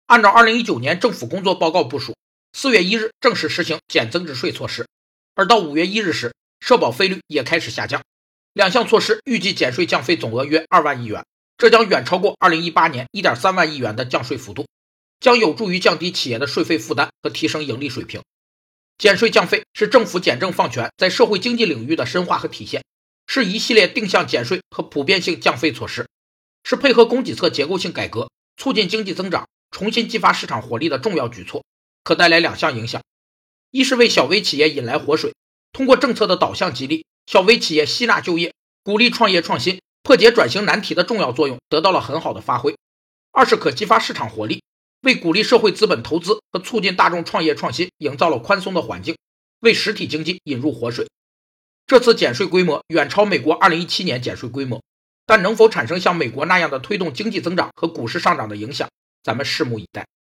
按照2019年政府工作报告部署，4月1日正式实行减增值税措施，而到5月1日时，社保费率也开始下降。两项措施预计减税降费总额约2万亿元，这将远超过2018年1.3万亿元的降税幅度，将有助于降低企业的税费负担和提升盈利水平。减税降费是政府简政放权在社会经济领域的深化和体现，是一系列定向减税和普遍性降费措施，是配合供给侧结构性改革，促进经济增长，重新激发市场活力的重要举措，可带来两项影响。一是为小微企业引来活水，通过政策的导向激励，小微企业吸纳就业，鼓励创业创新，破解转型难题的重要作用得到了很好的发挥。二是可激发市场活力，为鼓励社会资本投资和促进大众创业创新营造了宽松的环境，为实体经济引入活水。这次减税规模远超美国2017年减税规模，但能否产生像美国那样的推动经济增长和股市上涨的影响，咱们拭目以待。